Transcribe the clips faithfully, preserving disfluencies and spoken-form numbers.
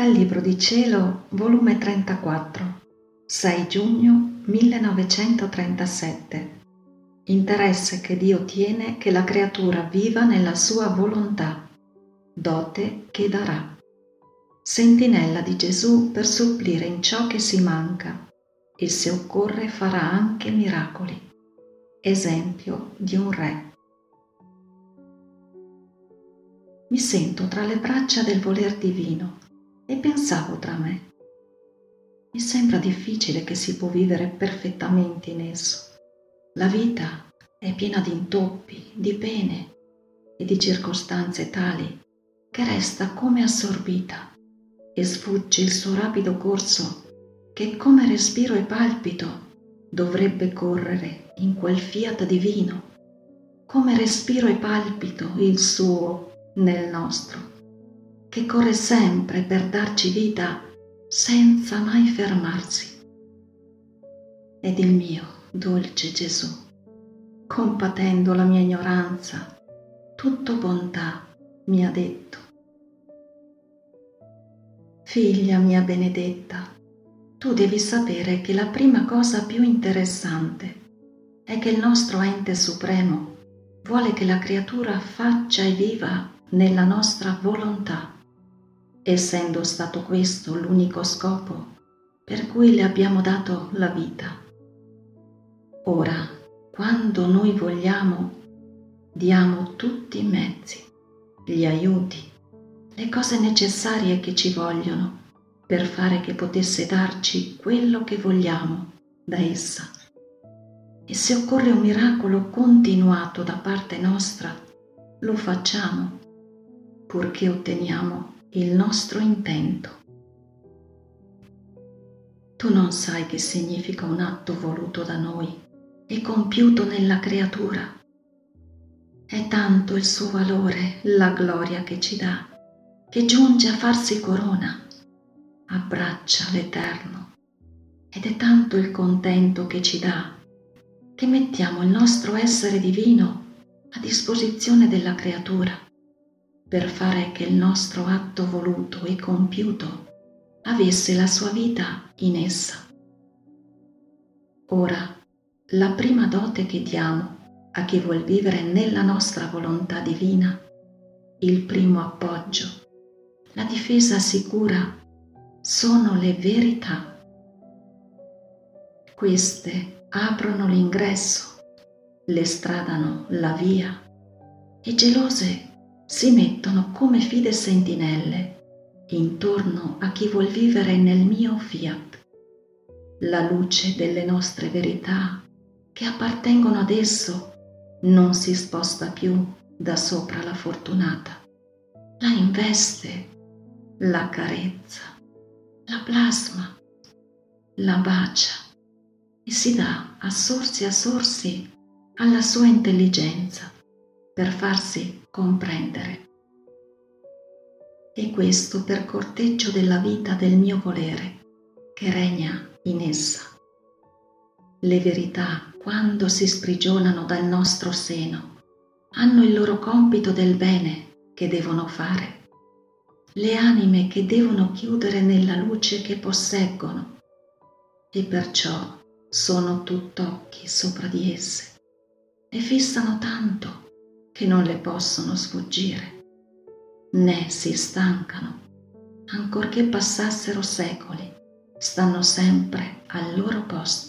Dal Libro di Cielo, volume trentaquattro, sei giugno millenovecentotrentasette. Interesse che Dio tiene che la creatura viva nella sua volontà, dote che darà. Sentinella di Gesù per supplire in ciò che si manca, e se occorre farà anche miracoli. Esempio di un re. Mi sento tra le braccia del voler divino e pensavo tra me. Mi sembra difficile che si può vivere perfettamente in esso. La vita è piena di intoppi, di pene e di circostanze tali che resta come assorbita e sfugge il suo rapido corso che come respiro e palpito dovrebbe correre in quel fiat divino, come respiro e palpito il suo nel nostro, che corre sempre per darci vita senza mai fermarsi. Ed il mio dolce Gesù, compatendo la mia ignoranza, tutto bontà, mi ha detto: figlia mia benedetta, tu devi sapere che la prima cosa più interessante è che il nostro ente supremo vuole che la creatura faccia e viva nella nostra volontà, essendo stato questo l'unico scopo per cui le abbiamo dato la vita. Ora, quando noi vogliamo, diamo tutti i mezzi, gli aiuti, le cose necessarie che ci vogliono per fare che potesse darci quello che vogliamo da essa. E se occorre un miracolo continuato da parte nostra, lo facciamo, purché otteniamo il nostro intento. Tu non sai che significa un atto voluto da noi e compiuto nella creatura. È tanto il suo valore, la gloria che ci dà, che giunge a farsi corona, abbraccia l'Eterno, ed è tanto il contento che ci dà, che mettiamo il nostro essere divino a disposizione della creatura, per fare che il nostro atto voluto e compiuto avesse la sua vita in essa. Ora, la prima dote che diamo a chi vuol vivere nella nostra volontà divina, il primo appoggio, la difesa sicura, sono le verità. Queste aprono l'ingresso, le stradano la via e gelose si mettono come fide sentinelle intorno a chi vuol vivere nel mio fiat. La luce delle nostre verità che appartengono ad esso non si sposta più da sopra la fortunata, la investe, la carezza, la plasma, la bacia e si dà a sorsi a sorsi alla sua intelligenza per farsi comprendere. E questo per corteggio della vita del mio volere che regna in essa. Le verità, quando si sprigionano dal nostro seno, hanno il loro compito del bene che devono fare. Le anime che devono chiudere nella luce che posseggono, e perciò sono tutt'occhi sopra di esse, e fissano tanto che non le possono sfuggire, né si stancano, ancorché passassero secoli, stanno sempre al loro posto.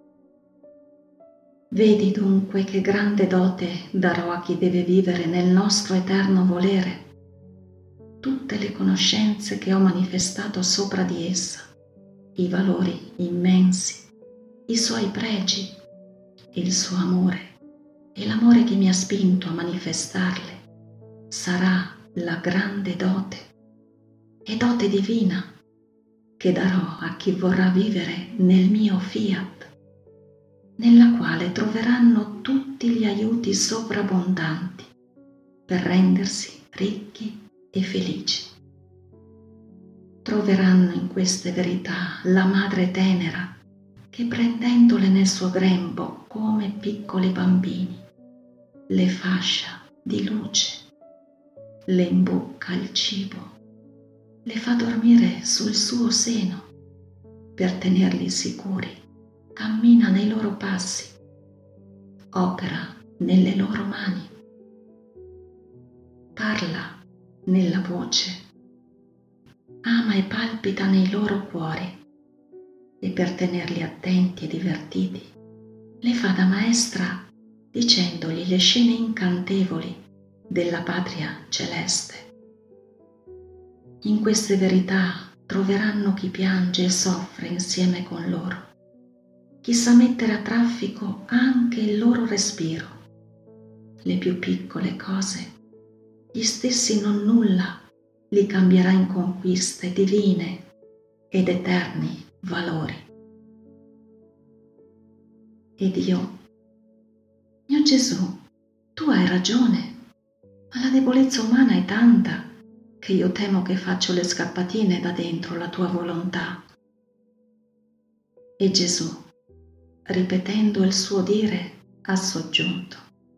Vedi dunque che grande dote darò a chi deve vivere nel nostro eterno volere. Tutte le conoscenze che ho manifestato sopra di essa, i valori immensi, i suoi pregi, il suo amore e l'amore che mi ha spinto a manifestarle, sarà la grande dote e dote divina che darò a chi vorrà vivere nel mio fiat, nella quale troveranno tutti gli aiuti sovrabbondanti per rendersi ricchi e felici. Troveranno in queste verità la madre tenera che, prendendole nel suo grembo come piccoli bambini, le fascia di luce, le imbocca il cibo le fa dormire sul suo seno per tenerli sicuri, cammina nei loro passi, opera nelle loro mani, parla nella voce, ama e palpita nei loro cuori e per tenerli attenti e divertiti le fa da maestra dicendogli le scene incantevoli della patria celeste. In queste verità troveranno chi piange e soffre insieme con loro, chi sa mettere a traffico anche il loro respiro, le più piccole cose, gli stessi non nulla li cambierà in conquiste divine ed eterni valori. Ed io, mio Gesù, tu hai ragione, ma la debolezza umana è tanta che io temo che faccio le scappatine da dentro la tua volontà. E Gesù, ripetendo il suo dire, ha soggiunto: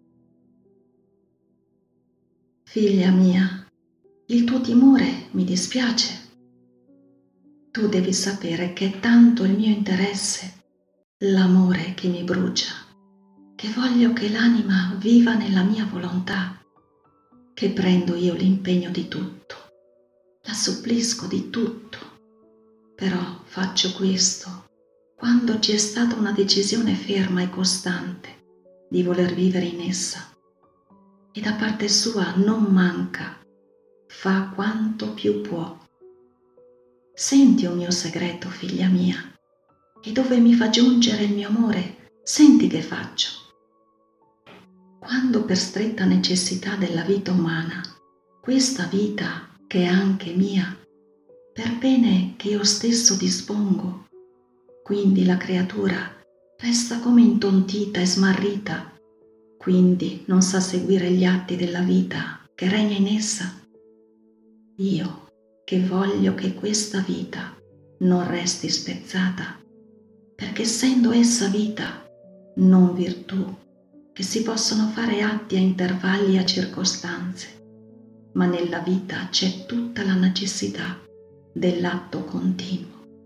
Figlia mia, il tuo timore mi dispiace. Tu devi sapere che è tanto il mio interesse, l'amore che mi brucia, che voglio che l'anima viva nella mia volontà, che prendo io l'impegno di tutto, la supplisco di tutto, però faccio questo quando ci è stata una decisione ferma e costante di voler vivere in essa, e da parte sua non manca, fa quanto più può. Senti un mio segreto, figlia mia, e dove mi fa giungere il mio amore, senti che faccio. Quando per stretta necessità della vita umana, questa vita che è anche mia, per bene che io stesso dispongo, quindi la creatura resta come intontita e smarrita, quindi non sa seguire gli atti della vita che regna in essa. Io, che voglio che questa vita non resti spezzata, perché essendo essa vita, non virtù, che si possono fare atti a intervalli e a circostanze, ma nella vita c'è tutta la necessità dell'atto continuo.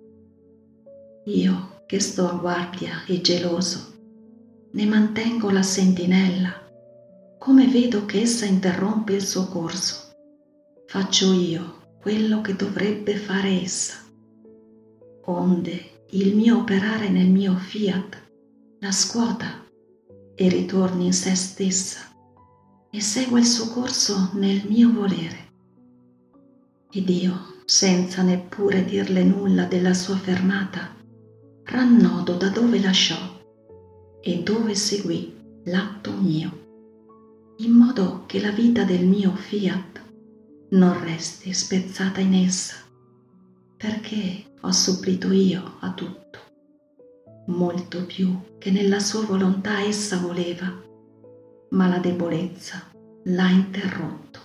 Io, che sto a guardia e geloso, ne mantengo la sentinella, come vedo che essa interrompe il suo corso, faccio io quello che dovrebbe fare essa, onde il mio operare nel mio fiat la scuota e ritorni in se stessa e segua il suo corso nel mio volere. Ed io, senza neppure dirle nulla della sua fermata, rannodo da dove lasciò e dove seguì l'atto mio, in modo che la vita del mio fiat non resti spezzata in essa, perché ho supplito io a tutto, molto più che nella sua volontà essa voleva, ma la debolezza l'ha interrotto.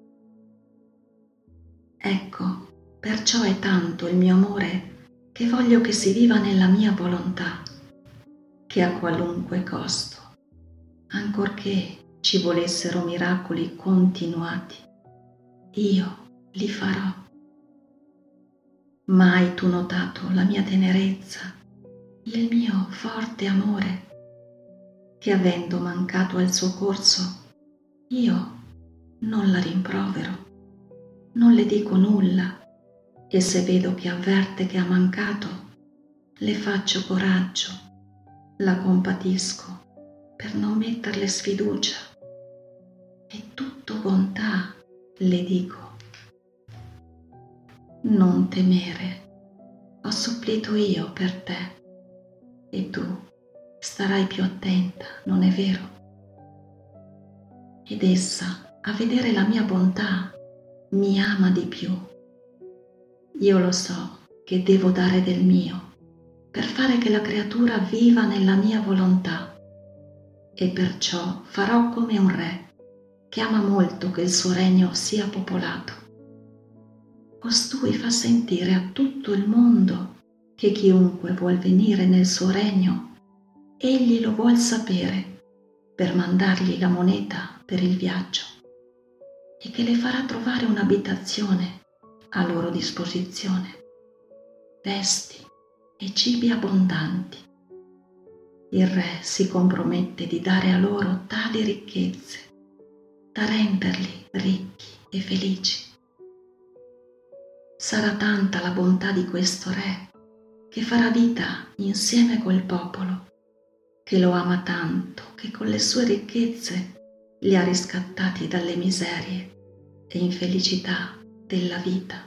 Ecco, perciò è tanto il mio amore che voglio che si viva nella mia volontà, che a qualunque costo, ancorché ci volessero miracoli continuati, io li farò. Ma hai tu notato la mia tenerezza, il mio forte amore, che avendo mancato al suo corso, io non la rimprovero, non le dico nulla, e se vedo che avverte che ha mancato, le faccio coraggio, la compatisco per non metterle sfiducia, e tutto bontà le dico: non temere, ho supplito io per te, e tu starai più attenta, non è vero? Ed essa, a vedere la mia bontà, mi ama di più. Io lo so che devo dare del mio per fare che la creatura viva nella mia volontà, e perciò farò come un re che ama molto che il suo regno sia popolato. Costui fa sentire a tutto il mondo che chiunque vuol venire nel suo regno, egli lo vuol sapere per mandargli la moneta per il viaggio, e che le farà trovare un'abitazione a loro disposizione, vesti e cibi abbondanti. Il re si compromette di dare a loro tali ricchezze da renderli ricchi e felici. Sarà tanta la bontà di questo re che farà vita insieme col popolo, che lo ama tanto che con le sue ricchezze li ha riscattati dalle miserie e infelicità della vita.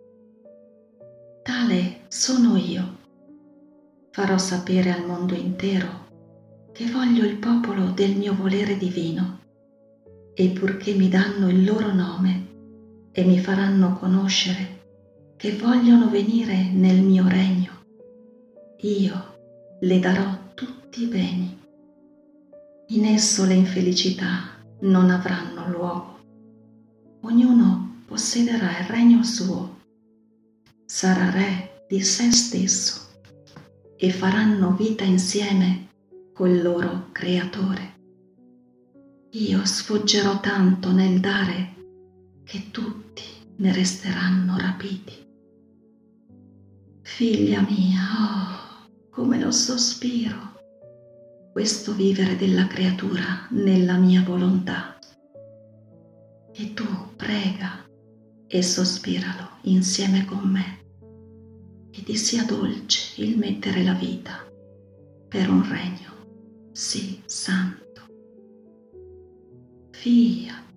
Tale sono io. Farò sapere al mondo intero che voglio il popolo del mio volere divino, e purché mi danno il loro nome e mi faranno conoscere che vogliono venire nel mio regno, io le darò tutti i beni. In esso le infelicità non avranno luogo. Ognuno possederà il regno suo, sarà re di se stesso e faranno vita insieme col loro creatore. Io sfuggerò tanto nel dare che tutti ne resteranno rapiti. Figlia mia, oh, come lo sospiro, questo vivere della creatura nella mia volontà. E tu prega e sospiralo insieme con me, e ti sia dolce il mettere la vita per un regno sì santo. Fiat.